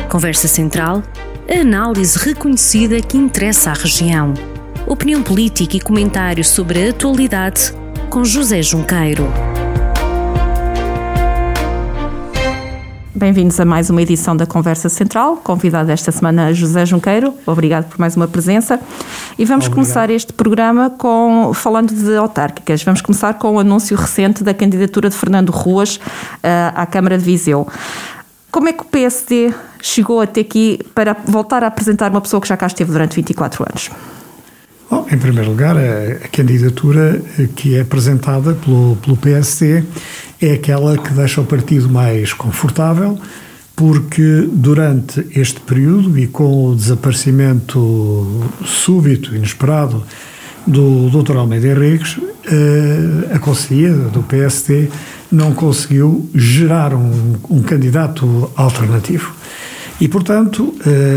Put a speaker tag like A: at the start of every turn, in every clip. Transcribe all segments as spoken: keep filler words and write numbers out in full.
A: Conversa Central, a análise reconhecida que interessa à região. Opinião política e comentários sobre a atualidade com José Junqueiro.
B: Bem-vindos a mais uma edição da Conversa Central. Convidado esta semana José Junqueiro. Obrigado por mais uma presença. E vamos Obrigado. começar este programa com, falando de autárquicas. Vamos começar com o anúncio recente da candidatura de Fernando Ruas uh, à Câmara de Viseu. Como é que o P S D chegou até aqui para voltar a apresentar uma pessoa que já cá esteve durante vinte e quatro anos?
C: Bom, em primeiro lugar, a, a candidatura que é apresentada pelo, pelo P S D é aquela que deixa o partido mais confortável, porque durante este período e com o desaparecimento súbito, inesperado, do doutor Almeida Henriques, a Conselhia do P S D não conseguiu gerar um, um candidato alternativo. E, portanto,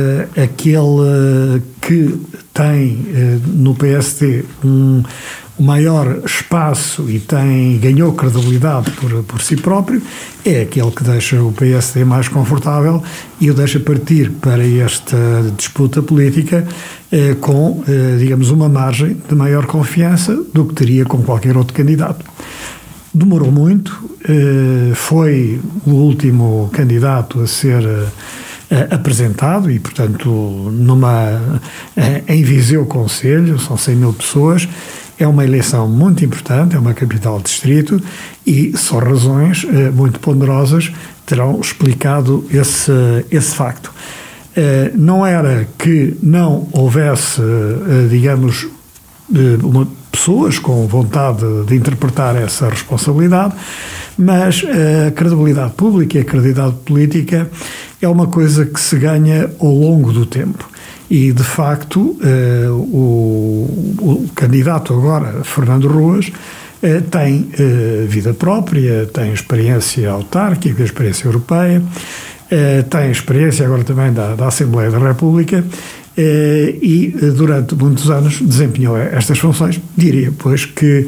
C: aquele que tem no P S D um o maior espaço e tem, ganhou credibilidade por, por si próprio, é aquele que deixa o P S D mais confortável e o deixa partir para esta disputa política eh, com, eh, digamos, uma margem de maior confiança do que teria com qualquer outro candidato. Demorou muito, eh, foi o último candidato a ser eh, apresentado e, portanto, numa, eh, em Viseu Conselho, são cem mil pessoas. É uma eleição muito importante, é uma capital de distrito e só razões eh, muito ponderosas terão explicado esse, esse facto. Eh, não era que não houvesse, eh, digamos, eh, uma, pessoas com vontade de interpretar essa responsabilidade, mas a credibilidade pública e a credibilidade política é uma coisa que se ganha ao longo do tempo. E, de facto, eh, o, o candidato agora, Fernando Ruas, eh, tem eh, vida própria, tem experiência autárquica, experiência europeia, eh, tem experiência agora também da, da Assembleia da República eh, e, durante muitos anos, desempenhou estas funções. Diria, pois, que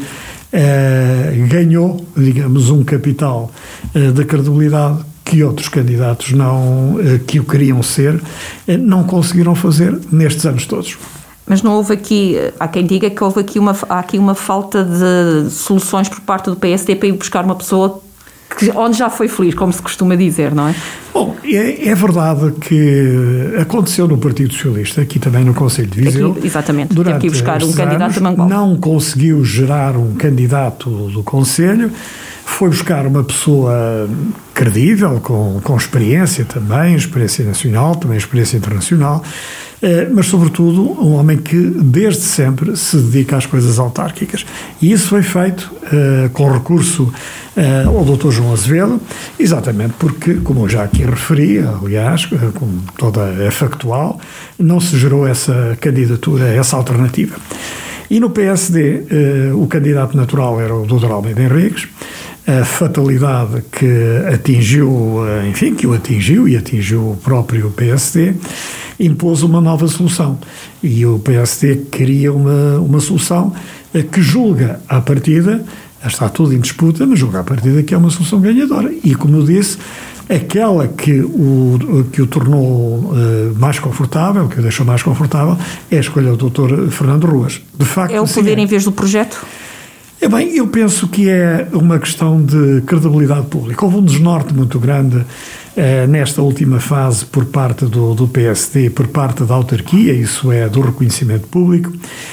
C: eh, ganhou, digamos, um capital eh, de credibilidade que outros candidatos não, que o queriam ser, não conseguiram fazer nestes anos todos.
B: Mas não houve aqui, há quem diga que houve aqui uma, há aqui uma falta de soluções por parte do P S D para ir buscar uma pessoa que, onde já foi feliz, como se costuma dizer, não é?
C: Bom, é, é verdade que aconteceu no Partido Socialista, aqui também no Conselho de Viseu.
B: Aqui, exatamente, teve que ir buscar um candidato a Mangual.
C: Não conseguiu gerar um candidato do Conselho, foi buscar uma pessoa credível, com, com experiência também, experiência nacional, também experiência internacional, eh, mas, sobretudo, um homem que, desde sempre, se dedica às coisas autárquicas. E isso foi feito eh, com recurso eh, ao doutor João Azevedo, exatamente porque, como eu já aqui referi, aliás, como toda é factual, não se gerou essa candidatura, essa alternativa. E no P S D, eh, o candidato natural era o doutor Almeida Henriques. A fatalidade que atingiu, enfim, que o atingiu e atingiu o próprio P S D, impôs uma nova solução. E o P S D queria uma, uma solução que julga à partida, está tudo em disputa, mas julga à partida que é uma solução ganhadora. E, como eu disse, aquela que o, que o tornou uh, mais confortável, que o deixou mais confortável, é a escolha do doutor Fernando Ruas. De facto,
B: é o poder em vez do projeto?
C: É bem, eu penso que é uma questão de credibilidade pública. Houve um desnorte muito grande eh, nesta última fase por parte do, do P S D, por parte da autarquia, isso é, do reconhecimento público,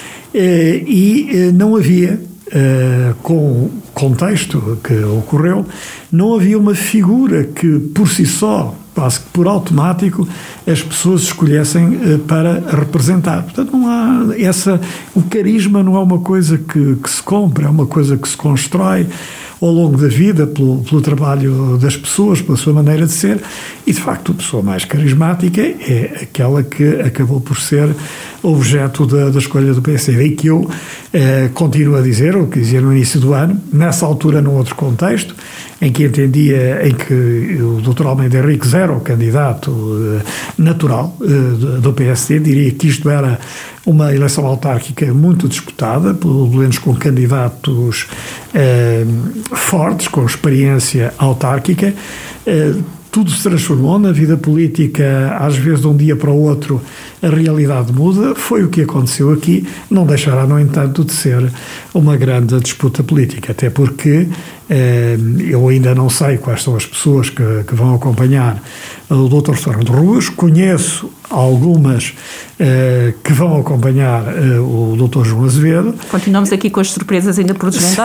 C: eh, e eh, não havia, eh, com o contexto que ocorreu, não havia uma figura que, por si só, quase que por automático, as pessoas escolhessem eh, para representar. Portanto, não há essa... O carisma não é uma coisa que, que se compra, é uma coisa que se constrói ao longo da vida, pelo, pelo trabalho das pessoas, pela sua maneira de ser, e, de facto, a pessoa mais carismática é aquela que acabou por ser objeto da, da escolha do P S D. E que eu eh, continuo a dizer, o que dizia no início do ano, nessa altura, num outro contexto, em que entendia, em que o doutor Almeida Henriques era o candidato eh, natural eh, do P S D, diria que isto era uma eleição autárquica muito disputada, pelo menos com candidatos eh, fortes, com experiência autárquica. Eh, tudo se transformou na vida política, às vezes de um dia para o outro a realidade muda, foi o que aconteceu aqui, não deixará, no entanto, de ser uma grande disputa política, até porque eh, eu ainda não sei quais são as pessoas que, que vão acompanhar o doutor Fernando Ruas, conheço algumas eh, que vão acompanhar eh, o doutor João Azevedo.
B: Continuamos aqui com as surpresas ainda por desvendar?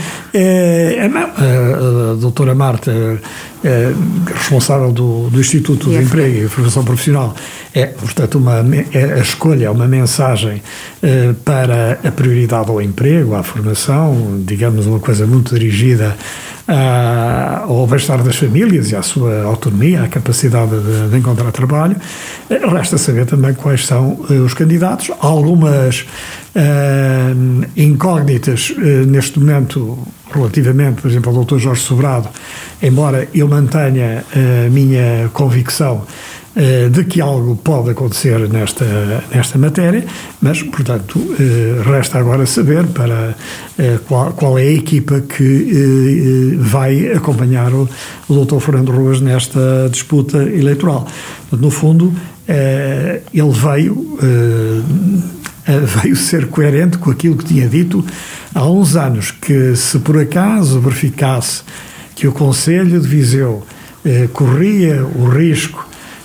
C: é, é, não, a, a doutora Marta, é, responsável do, do Instituto de Emprego e Formação Profissional, é, portanto, uma, é, a escolha é uma mensagem é, para a prioridade ao emprego, à formação, digamos, uma coisa muito dirigida a, ao bem-estar das famílias e à sua autonomia, à capacidade de, de encontrar trabalho. Resta saber também quais são os candidatos. Há algumas uh, incógnitas uh, neste momento relativamente, por exemplo, ao doutor Jorge Sobrado, embora eu mantenha a minha convicção uh, de que algo pode acontecer nesta, nesta matéria, mas, portanto, uh, resta agora saber para uh, qual, qual é a equipa que uh, vai acompanhar o, o doutor Fernando Ruas nesta disputa eleitoral. No fundo, Uh, ele veio, uh, uh, veio ser coerente com aquilo que tinha dito há uns anos, que se por acaso verificasse que o Conselho de Viseu uh, corria o risco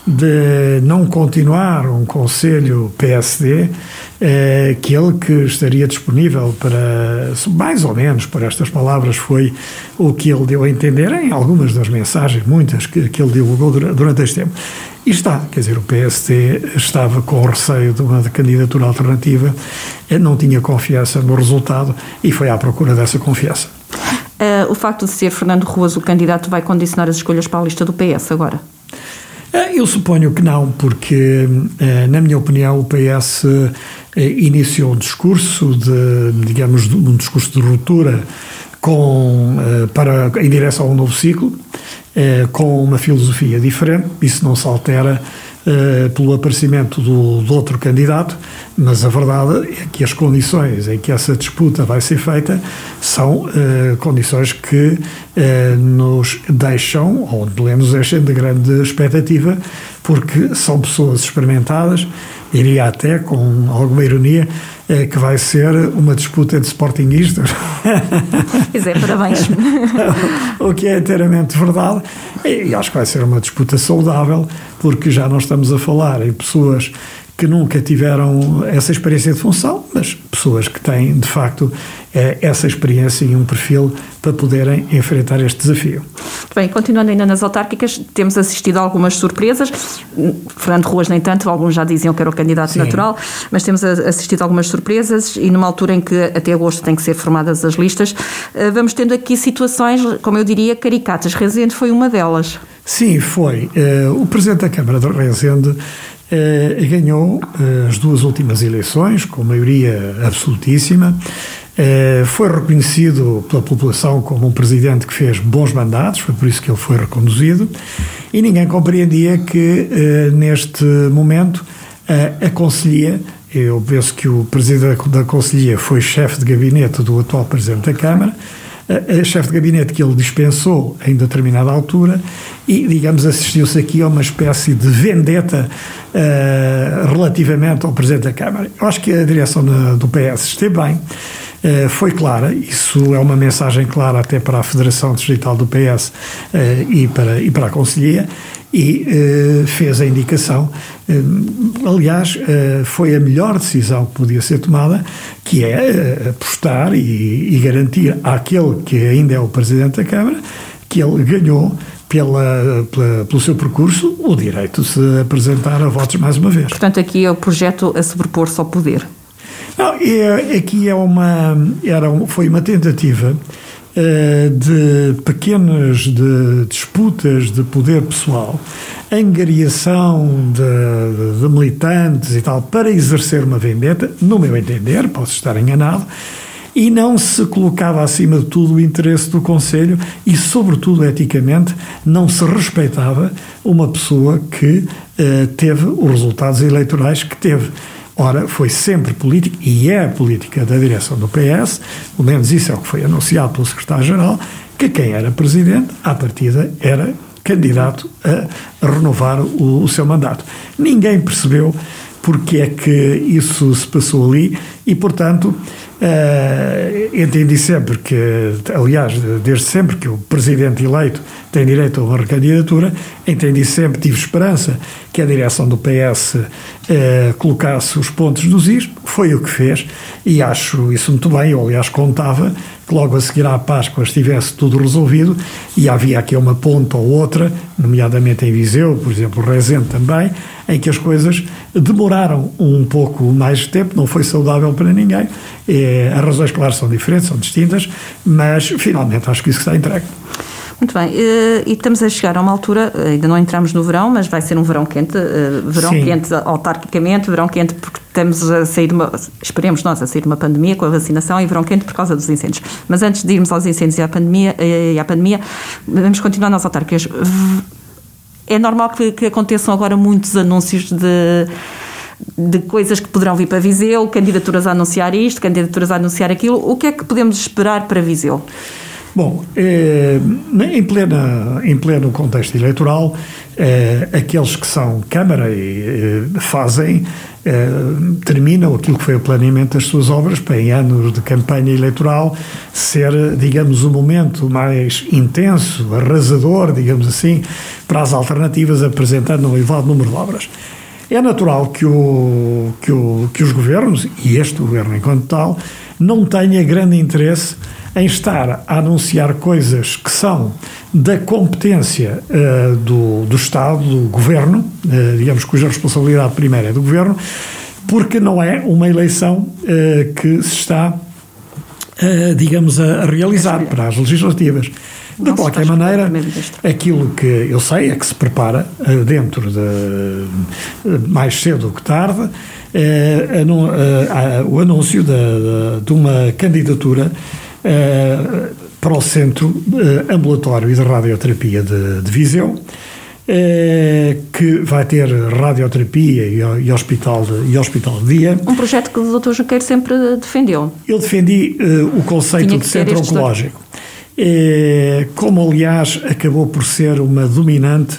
C: de não continuar um Conselho P S D, eh, que ele que estaria disponível para, mais ou menos, por estas palavras, foi o que ele deu a entender em algumas das mensagens, muitas, que, que ele divulgou durante, durante este tempo. E está, quer dizer, o P S D estava com o receio de uma candidatura alternativa, não tinha confiança no resultado e foi à procura dessa confiança.
B: Uh, o facto de ser Fernando Ruas o candidato vai condicionar as escolhas para a lista do P S agora?
C: Eu suponho que não, porque, na minha opinião, o P S iniciou um discurso de, digamos, um discurso de ruptura com, para, em direção a um novo ciclo, com uma filosofia diferente. Isso não se altera Uh, pelo aparecimento do, do outro candidato, mas a verdade é que as condições em que essa disputa vai ser feita são uh, condições que uh, nos deixam, ou pelo menos deixam de grande expectativa, porque são pessoas experimentadas, diria até com alguma ironia, uh, que vai ser uma disputa de sportinguistas.
B: Pois é, parabéns.
C: O que é inteiramente verdade, e acho que vai ser uma disputa saudável, porque já não estamos a falar em pessoas que nunca tiveram essa experiência de função, mas pessoas que têm, de facto, essa experiência e um perfil para poderem enfrentar este desafio.
B: Bem, continuando ainda nas autárquicas, temos assistido a algumas surpresas. Fernando Ruas, nem tanto, alguns já diziam que era o candidato Sim. natural, mas temos assistido a algumas surpresas e numa altura em que até agosto têm que ser formadas as listas, vamos tendo aqui situações, como eu diria, caricatas. Rezende foi uma delas.
C: Sim, foi. O Presidente da Câmara de Rezende Uh, ganhou uh, as duas últimas eleições com maioria absolutíssima, uh, foi reconhecido pela população como um presidente que fez bons mandatos, foi por isso que ele foi reconduzido, e ninguém compreendia que uh, neste momento uh, a Conselhia, eu penso que o presidente da Conselhia foi chefe de gabinete do atual Presidente da Câmara, a chefe de gabinete que ele dispensou em determinada altura e, digamos, assistiu-se aqui a uma espécie de vendetta uh, relativamente ao Presidente da Câmara. Eu acho que a direção da, do P S esteve bem, uh, foi clara, isso é uma mensagem clara até para a Federação Distrital do P S uh, e, para, e para a Conselhia, e uh, fez a indicação, uh, aliás, uh, foi a melhor decisão que podia ser tomada, que é uh, apostar e, e garantir àquele que ainda é o Presidente da Câmara, que ele ganhou pela, pela, pelo seu percurso o direito de se apresentar a votos mais uma vez.
B: Portanto, aqui é o projeto a sobrepor-se ao poder.
C: Não, é, aqui é uma, era, foi uma tentativa de pequenas de disputas de poder pessoal, angariação de, de, de militantes e tal, para exercer uma vendetta, no meu entender, posso estar enganado, e não se colocava acima de tudo o interesse do Conselho e, sobretudo, eticamente, não se respeitava uma pessoa que eh, teve os resultados eleitorais que teve. Ora, foi sempre política, e é a política da direção do P S, pelo menos isso é o que foi anunciado pelo secretário-geral, que quem era presidente, à partida, era candidato a renovar o, o seu mandato. Ninguém percebeu porque é que isso se passou ali e, portanto, uh, entendi sempre que, aliás, desde sempre que o presidente eleito tem direito a uma recandidatura, entendi sempre, tive esperança que a direção do P S uh, colocasse os pontos nos is, foi o que fez e acho isso muito bem. Eu, aliás, contava que logo a seguir à Páscoa estivesse tudo resolvido e havia aqui uma ponta ou outra, nomeadamente em Viseu, por exemplo, Rezende também, em que as coisas demoraram um pouco mais de tempo, não foi saudável para ninguém. É, as razões, claro, são diferentes, são distintas, mas finalmente acho que isso está entregue.
B: Muito bem, e estamos a chegar a uma altura, ainda não entramos no verão, mas vai ser um verão quente, verão Sim. quente autarquicamente, verão quente porque estamos a sair de uma, esperemos nós, a sair de uma pandemia com a vacinação e verão quente por causa dos incêndios. Mas antes de irmos aos incêndios e à pandemia, e à pandemia vamos continuar nas autárquicas. É normal que, que aconteçam agora muitos anúncios de... de coisas que poderão vir para Viseu, candidaturas a anunciar isto, candidaturas a anunciar aquilo. O que é que podemos esperar para Viseu?
C: Bom, eh, em, plena, em pleno contexto eleitoral, eh, aqueles que são Câmara e eh, fazem, eh, terminam aquilo que foi o planeamento das suas obras para, em anos de campanha eleitoral, ser, digamos, o momento mais intenso, arrasador, digamos assim, para as alternativas, apresentando um elevado número de obras. É natural que, o, que, o, que os governos, e este governo enquanto tal, não tenha grande interesse em estar a anunciar coisas que são da competência uh, do, do Estado, do Governo, uh, digamos cuja responsabilidade primeira é do Governo, porque não é uma eleição uh, que se está, uh, digamos, a, a realizar para as legislativas. De não qualquer maneira, aquilo que eu sei é que se prepara uh, dentro de uh, mais cedo que tarde uh, anu- uh, uh, o anúncio de, de, de uma candidatura uh, para o Centro uh, Ambulatório e de Radioterapia de, de Viseu, uh, que vai ter radioterapia e, e, hospital de, e hospital de dia.
B: Um projeto que o doutor Junqueiro sempre defendeu.
C: Eu defendi uh, o conceito de centro oncológico. É, como aliás acabou por ser uma dominante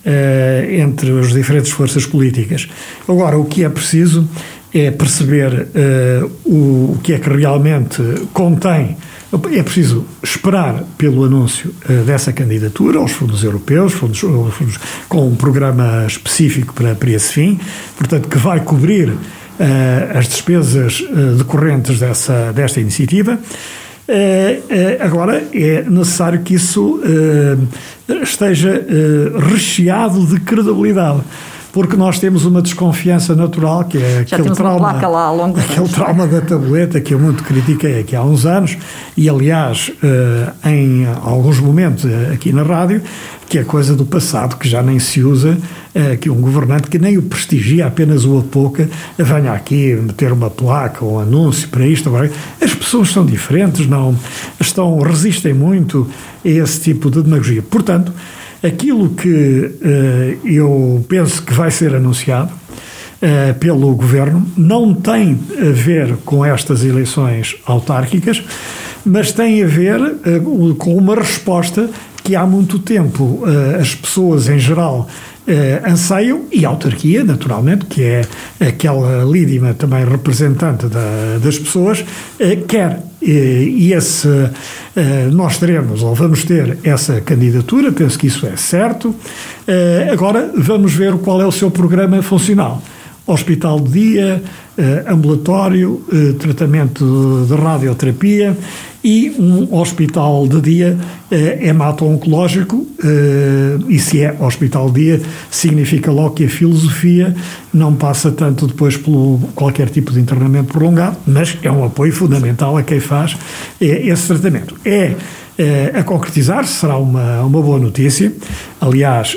C: é, entre as diferentes forças políticas. Agora, o que é preciso é perceber é, o, o que é que realmente contém. É preciso esperar pelo anúncio é, dessa candidatura aos fundos europeus, fundos, fundos, com um programa específico para, para esse fim, portanto, que vai cobrir é, as despesas é, decorrentes dessa, desta iniciativa. Uh, uh, agora é necessário que isso uh, esteja uh, recheado de credibilidade, porque nós temos uma desconfiança natural, que é
B: Já
C: aquele trauma,
B: lá ao longo
C: aquele trauma da tableta que eu muito critiquei aqui há uns anos, e aliás uh, em alguns momentos uh, aqui na rádio, que é coisa do passado, que já nem se usa, uh, que um governante que nem o prestigia, apenas o apoca, venha aqui meter uma placa ou um anúncio para isto. Agora, as pessoas são diferentes, não estão, resistem muito a esse tipo de demagogia. Portanto, aquilo que uh, eu penso que vai ser anunciado uh, pelo Governo não tem a ver com estas eleições autárquicas, mas tem a ver uh, com uma resposta que há muito tempo uh, as pessoas em geral uh, anseiam, e a autarquia, naturalmente, que é aquela lídima também representante da, das pessoas, uh, quer. E esse, uh, nós teremos, ou vamos ter essa candidatura, penso que isso é certo. Uh, agora vamos ver qual é o seu programa funcional. Hospital de dia, uh, ambulatório, uh, tratamento de radioterapia e um hospital de dia uh, hemato-oncológico, uh, e se é hospital de dia, significa logo que a filosofia não passa tanto depois por qualquer tipo de internamento prolongado, mas é um apoio fundamental a quem faz esse tratamento. É a concretizar, será uma, uma boa notícia. Aliás,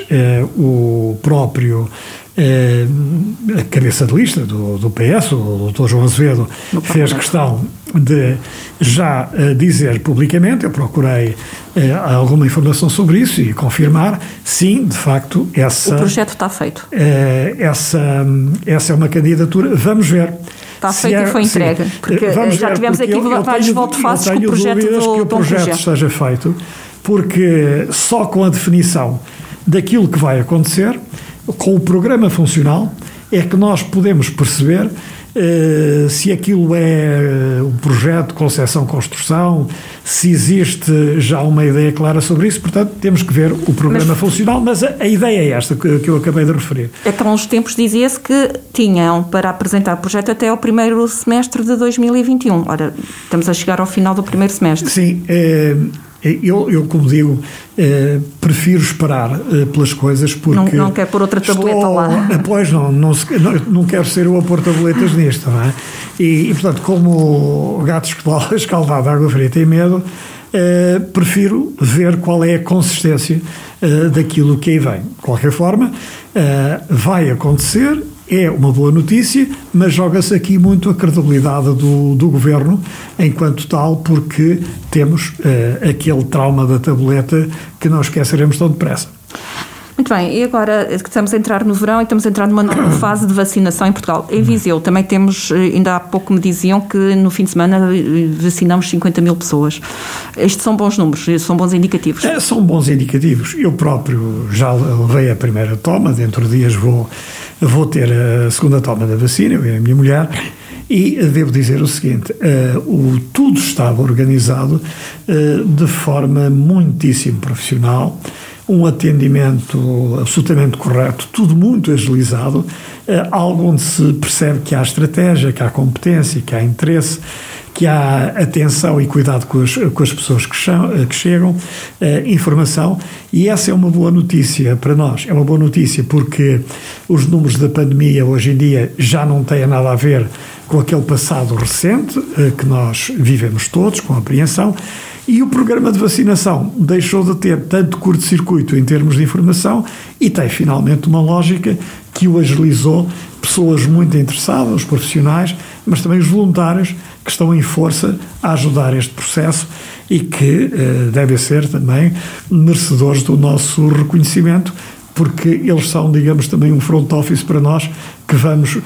C: o próprio a cabeça de lista do, do P S, o doutor João Azevedo, fez questão de já dizer publicamente, eu procurei alguma informação sobre isso e confirmar, sim, de facto, essa...
B: O projeto está feito.
C: Essa, essa é uma candidatura, vamos ver.
B: Está feito é, e foi entregue, sim, porque vamos já tivemos aqui eu, vários volte-faces com o projeto do
C: que o projeto esteja feito, porque só com a definição daquilo que vai acontecer, com o programa funcional, é que nós podemos perceber Uh, se aquilo é um projeto de concepção-construção, se existe já uma ideia clara sobre isso. Portanto, temos que ver o programa mas, funcional, mas a, a ideia é esta que, que eu acabei de referir.
B: Até há uns tempos dizia-se que tinham para apresentar o projeto até ao primeiro semestre de dois mil e vinte e um. Ora, estamos a chegar ao final do primeiro semestre.
C: Sim, uh, Eu, eu, como digo, eh, prefiro esperar eh, pelas coisas porque...
B: Não, não quer pôr outra tableta
C: estou,
B: lá.
C: Pois não, não, se, não, não quero ser eu a pôr tabletas nisto, não é? E, e portanto, como o gato escaldado, água fria tem medo, eh, prefiro ver qual é a consistência eh, daquilo que aí vem. De qualquer forma, eh, vai acontecer... É uma boa notícia, mas joga-se aqui muito a credibilidade do, do Governo enquanto tal, porque temos uh, aquele trauma da tableta que não esqueceremos tão depressa.
B: Muito bem, e agora estamos a entrar no verão e estamos a entrar numa fase de vacinação em Portugal. Em Viseu também temos, ainda há pouco me diziam que no fim de semana vacinamos cinquenta mil pessoas. Estes são bons números, são bons indicativos?
C: É, são bons indicativos. Eu próprio já levei a primeira toma, dentro de dias vou, vou ter a segunda toma da vacina, eu e a minha mulher. E devo dizer o seguinte, uh, o, tudo estava organizado uh, de forma muitíssimo profissional, um atendimento absolutamente correto, tudo muito agilizado, uh, algo onde se percebe que há estratégia, que há competência, que há interesse, que há atenção e cuidado com as, com as pessoas que, cham, que chegam, uh, informação, e essa é uma boa notícia para nós. É uma boa notícia porque os números da pandemia hoje em dia já não têm nada a ver com aquele passado recente uh, que nós vivemos todos, com apreensão, e o programa de vacinação deixou de ter tanto curto-circuito em termos de informação e tem finalmente uma lógica que o agilizou, pessoas muito interessadas, os profissionais, mas também os voluntários que estão em força a ajudar este processo e que eh, devem ser também merecedores do nosso reconhecimento, porque eles são, digamos, também um front office para nós que vamos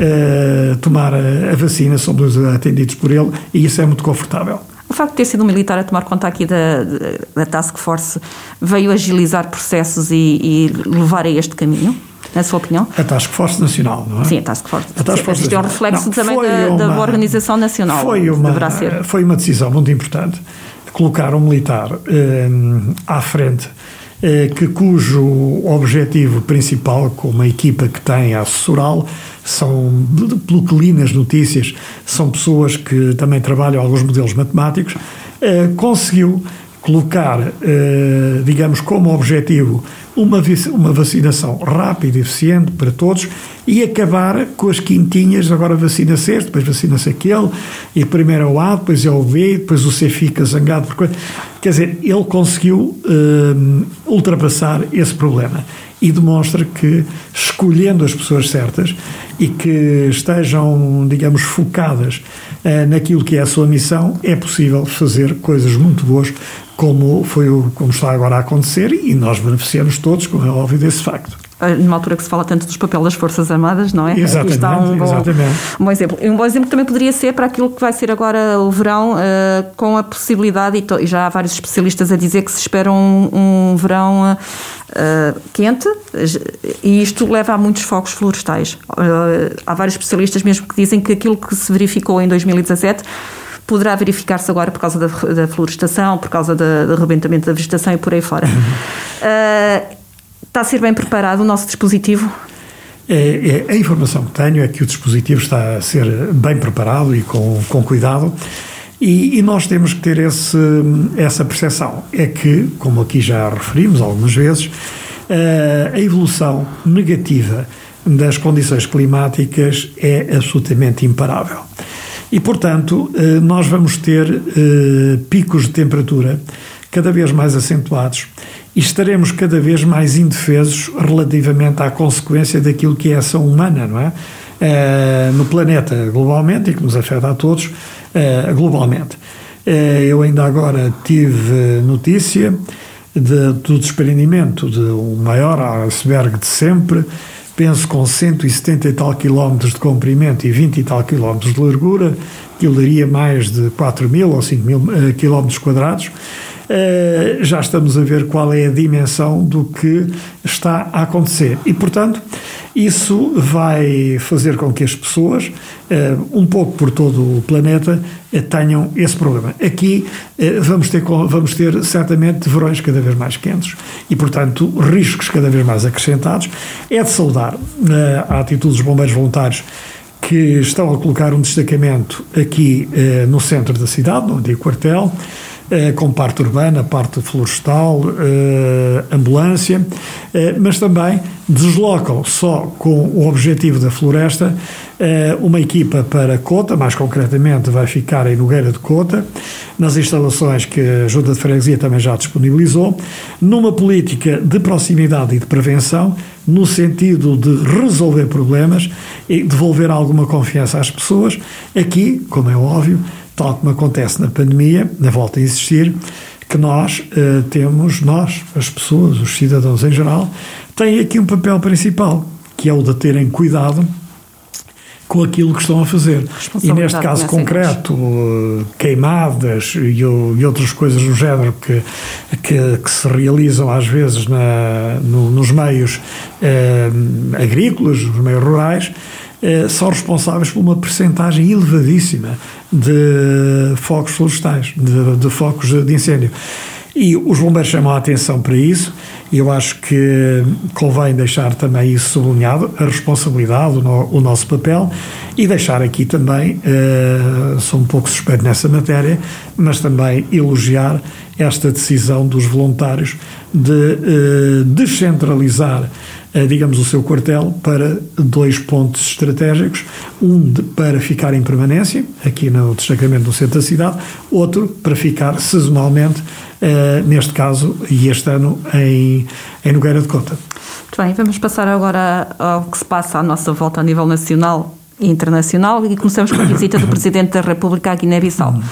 C: eh, tomar a, a vacina, somos atendidos por ele e isso é muito confortável.
B: O facto de ter sido um militar a tomar conta aqui da, da Task Force veio agilizar processos e, e levar a este caminho, na sua opinião?
C: A Task Force Nacional, não é?
B: Sim, a Task Force.
C: A Task Force
B: Isto é um reflexo não, também da, uma, da Organização Nacional.
C: Foi uma,
B: deverá ser.
C: Foi uma decisão muito importante, colocar um militar eh, à frente, eh, que, cujo objetivo principal, com uma equipa que tem a assessorá-lo, são, pelo que li nas notícias, são pessoas que também trabalham alguns modelos matemáticos, eh, conseguiu colocar, eh, digamos, como objetivo uma, uma vacinação rápida e eficiente para todos e acabar com as quintinhas, agora vacina-se este, depois vacina-se aquele, e primeiro é o A, depois é o B, depois o C fica zangado por coisa. Quer dizer, ele conseguiu eh, ultrapassar esse problema e demonstra que, escolhendo as pessoas certas e que estejam, digamos, focadas uh, naquilo que é a sua missão, é possível fazer coisas muito boas, como, foi o, como está agora a acontecer, e nós beneficiamos todos, como é óbvio, desse facto.
B: Numa altura que se fala tanto dos papéis das Forças Armadas, não é?
C: Exatamente,
B: Aqui está um bom,
C: exatamente.
B: Um bom exemplo. Um bom exemplo também poderia ser para aquilo que vai ser agora o verão, uh, com a possibilidade, e, to, e já há vários especialistas a dizer que se espera um, um verão uh, quente, e isto leva a muitos focos florestais. Uh, há vários especialistas mesmo que dizem que aquilo que se verificou em dois mil e dezassete poderá verificar-se agora por causa da, da florestação, por causa da, do arrebentamento da vegetação e por aí fora. Uh, Está a ser bem preparado o nosso dispositivo?
C: É, é, a informação que tenho é que o dispositivo está a ser bem preparado e com, com cuidado, e, e nós temos que ter esse, essa percepção. É que, como aqui já referimos algumas vezes, a evolução negativa das condições climáticas é absolutamente imparável. E, portanto, nós vamos ter picos de temperatura cada vez mais acentuados e estaremos cada vez mais indefesos relativamente à consequência daquilo que é a ação humana, não é? Uh, no planeta globalmente, e que nos afeta a todos uh, globalmente. Uh, eu ainda agora tive notícia de, do desprendimento de um maior iceberg de sempre, penso com cento e setenta e tal quilómetros de comprimento e vinte e tal quilómetros de largura, que daria mais de quatro mil ou cinco mil uh, quilómetros quadrados. uh, já estamos a ver qual é a dimensão do que está a acontecer. E, portanto, isso vai fazer com que as pessoas, uh, um pouco por todo o planeta, uh, tenham esse problema. Aqui uh, vamos ter, vamos ter certamente verões cada vez mais quentes e, portanto, riscos cada vez mais acrescentados. É de saudar uh, a atitude dos bombeiros voluntários que estão a colocar um destacamento aqui uh, no centro da cidade, no antigo quartel, Uh, com parte urbana, parte florestal, uh, ambulância, uh, mas também deslocam só com o objetivo da floresta uh, uma equipa para Cota, mais concretamente vai ficar em Nogueira de Cota, nas instalações que a Junta de Freguesia também já disponibilizou, numa política de proximidade e de prevenção, no sentido de resolver problemas e devolver alguma confiança às pessoas. Aqui, como é óbvio, tal como acontece na pandemia, na volta a insistir, que nós uh, temos, nós, as pessoas, os cidadãos em geral, têm aqui um papel principal, que é o de terem cuidado com aquilo que estão a fazer. E neste caso concreto, uh, queimadas e, e outras coisas do género que, que, que se realizam às vezes na, no, nos meios uh, agrícolas, nos meios rurais, Uh, são responsáveis por uma percentagem elevadíssima de focos florestais, de, de focos de incêndio. E os bombeiros chamam a atenção para isso, e eu acho que convém deixar também isso sublinhado, a responsabilidade, o, no, o nosso papel, e deixar aqui também, uh, sou um pouco suspeito nessa matéria, mas também elogiar esta decisão dos voluntários de uh, descentralizar, digamos, o seu quartel para dois pontos estratégicos, um de, para ficar em permanência, aqui no destacamento do centro da cidade, outro para ficar sazonalmente, uh, neste caso, e este ano, em, em Nogueira de Cota.
B: Muito bem, vamos passar agora ao que se passa à nossa volta a nível nacional e internacional, e começamos com a visita do Presidente da República à Guiné-Bissau. Hum.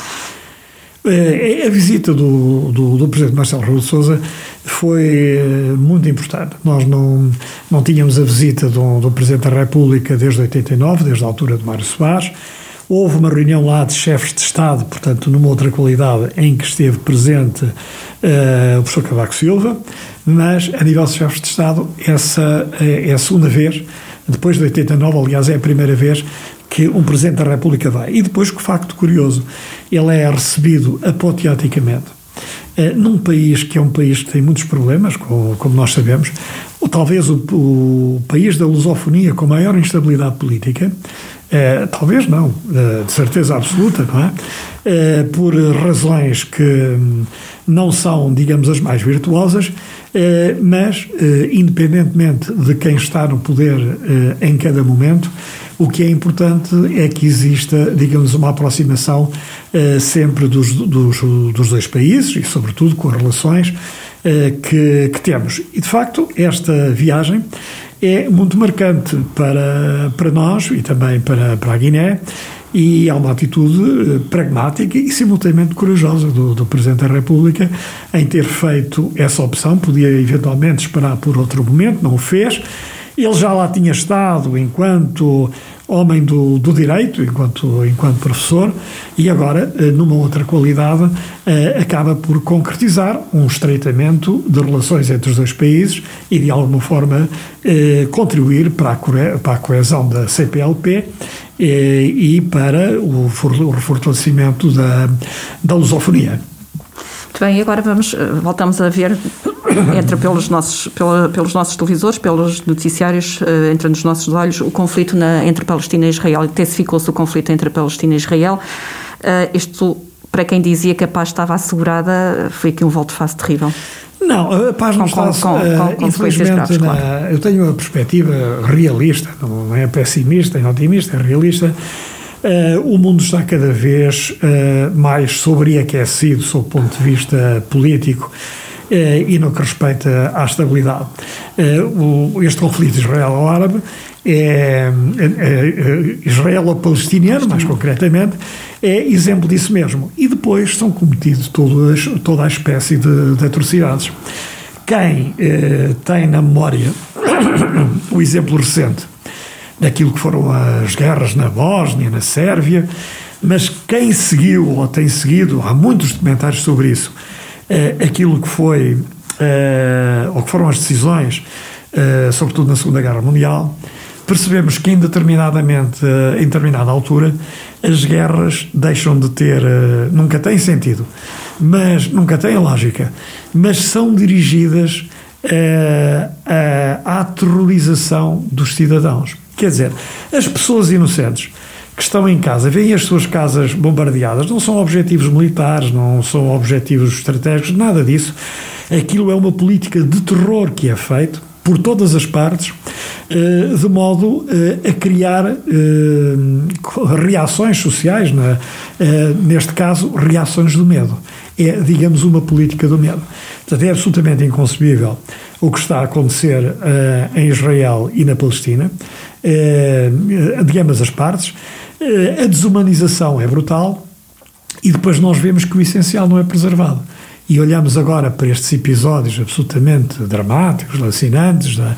C: A visita do, do, do Presidente Marcelo Rebelo de Sousa foi muito importante. Nós não, não tínhamos a visita do, do Presidente da República desde oitenta e nove, desde a altura de Mário Soares. Houve uma reunião lá de chefes de Estado, portanto, numa outra qualidade, em que esteve presente uh, o professor Cavaco Silva, mas, a nível de chefes de Estado, essa é a segunda vez, depois de oitenta e nove, aliás, é a primeira vez que um Presidente da República vai. E depois, que facto curioso, ele é recebido apoteoticamente uh, num país que é um país que tem muitos problemas, como, como nós sabemos, ou talvez o, o país da lusofonia com maior instabilidade política, uh, talvez não, uh, de certeza absoluta, não é? Uh, por razões que não são, digamos, as mais virtuosas, uh, mas, uh, independentemente de quem está no poder uh, em cada momento, o que é importante é que exista, digamos, uma aproximação uh, sempre dos, dos, dos dois países e, sobretudo, com as relações uh, que, que temos. E, de facto, esta viagem é muito marcante para, para nós e também para, para a Guiné, e há uma atitude uh, pragmática e simultaneamente corajosa do, do Presidente da República em ter feito essa opção. Podia, eventualmente, esperar por outro momento, não o fez. Ele já lá tinha estado enquanto homem do, do direito, enquanto, enquanto professor, e agora, numa outra qualidade, acaba por concretizar um estreitamento de relações entre os dois países e, de alguma forma, contribuir para a, para a coesão da C P L P e para o, o refortalecimento da, da lusofonia.
B: Muito bem, e agora vamos, voltamos a ver, entra pelos nossos, pela, pelos nossos televisores, pelos noticiários, entra nos nossos olhos o conflito na, entre Palestina e Israel. Intensificou-se o conflito entre Palestina e Israel. Uh, isto, para quem dizia que a paz estava assegurada, foi aqui um volte-face terrível.
C: Não, a paz não
B: com,
C: está...
B: Com, com, com
C: infelizmente,
B: graves,
C: na,
B: claro.
C: Eu tenho uma perspectiva realista, não é pessimista, é otimista, é realista. Uh, o mundo está cada vez uh, mais sobreaquecido sob o ponto de vista político uh, e no que respeita à estabilidade. Uh, o, este conflito israelo-árabe é, é, é israelo-palestiniano, mais concretamente, é exemplo disso mesmo. E depois são cometidos todas, toda a espécie de, de atrocidades. Quem uh, tem na memória o exemplo recente daquilo que foram as guerras na Bósnia, na Sérvia, mas quem seguiu ou tem seguido, há muitos documentários sobre isso, uh, aquilo que foi, uh, ou que foram as decisões, uh, sobretudo na Segunda Guerra Mundial, percebemos que em, determinadamente, uh, em determinada altura as guerras deixam de ter, uh, nunca têm sentido, mas nunca têm lógica, mas são dirigidas uh, à aterrorização dos cidadãos. Quer dizer, as pessoas inocentes que estão em casa, veem as suas casas bombardeadas, não são objetivos militares, não são objetivos estratégicos, nada disso. Aquilo é uma política de terror que é feito por todas as partes, de modo a criar reações sociais, neste caso, reações do medo. É, digamos, uma política do medo. Portanto, é absolutamente inconcebível o que está a acontecer em Israel e na Palestina, de ambas as partes. A desumanização é brutal e depois nós vemos que o essencial não é preservado. E olhamos agora para estes episódios absolutamente dramáticos, lacinantes, da,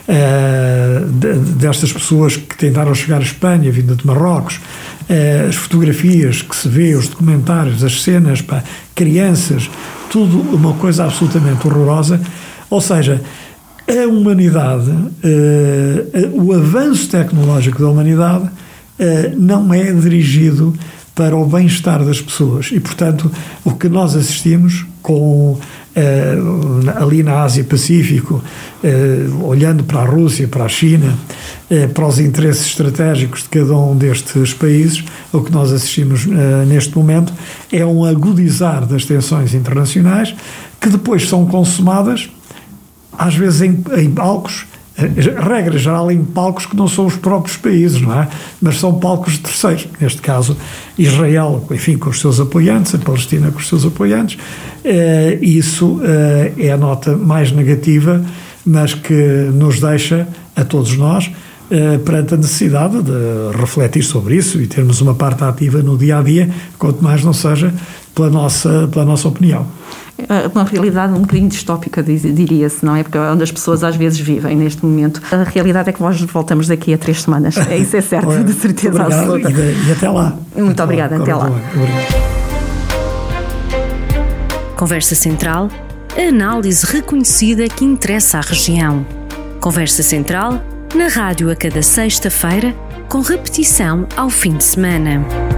C: uh, destas pessoas que tentaram chegar à Espanha, vinda de Marrocos, uh, as fotografias que se vê, os documentários, as cenas, pá, crianças, tudo uma coisa absolutamente horrorosa. Ou seja, a humanidade, uh, o avanço tecnológico da humanidade uh, não é dirigido para o bem-estar das pessoas e, portanto, o que nós assistimos com, eh, ali na Ásia-Pacífico, eh, olhando para a Rússia, para a China, eh, para os interesses estratégicos de cada um destes países, o que nós assistimos eh, neste momento é um agudizar das tensões internacionais que depois são consumadas, às vezes em, em palcos, regra geral em palcos que não são os próprios países, não é? Mas são palcos de terceiros, neste caso Israel, enfim, com os seus apoiantes, a Palestina com os seus apoiantes. Eh, isso eh, é a nota mais negativa, mas que nos deixa, a todos nós, eh, perante a necessidade de refletir sobre isso e termos uma parte ativa no dia-a-dia, quanto mais não seja pela nossa, pela nossa opinião.
B: Uma realidade um bocadinho distópica, diria-se, não é? Porque é onde as pessoas às vezes vivem neste momento. A realidade é que nós voltamos daqui a três semanas. É isso, é certo, de certeza absoluta.
C: E, de, e até lá.
B: Muito até obrigada, lá. até lá.
C: Obrigado.
A: Conversa Central, a análise reconhecida que interessa à região. Conversa Central, na rádio a cada sexta-feira, com repetição ao fim de semana.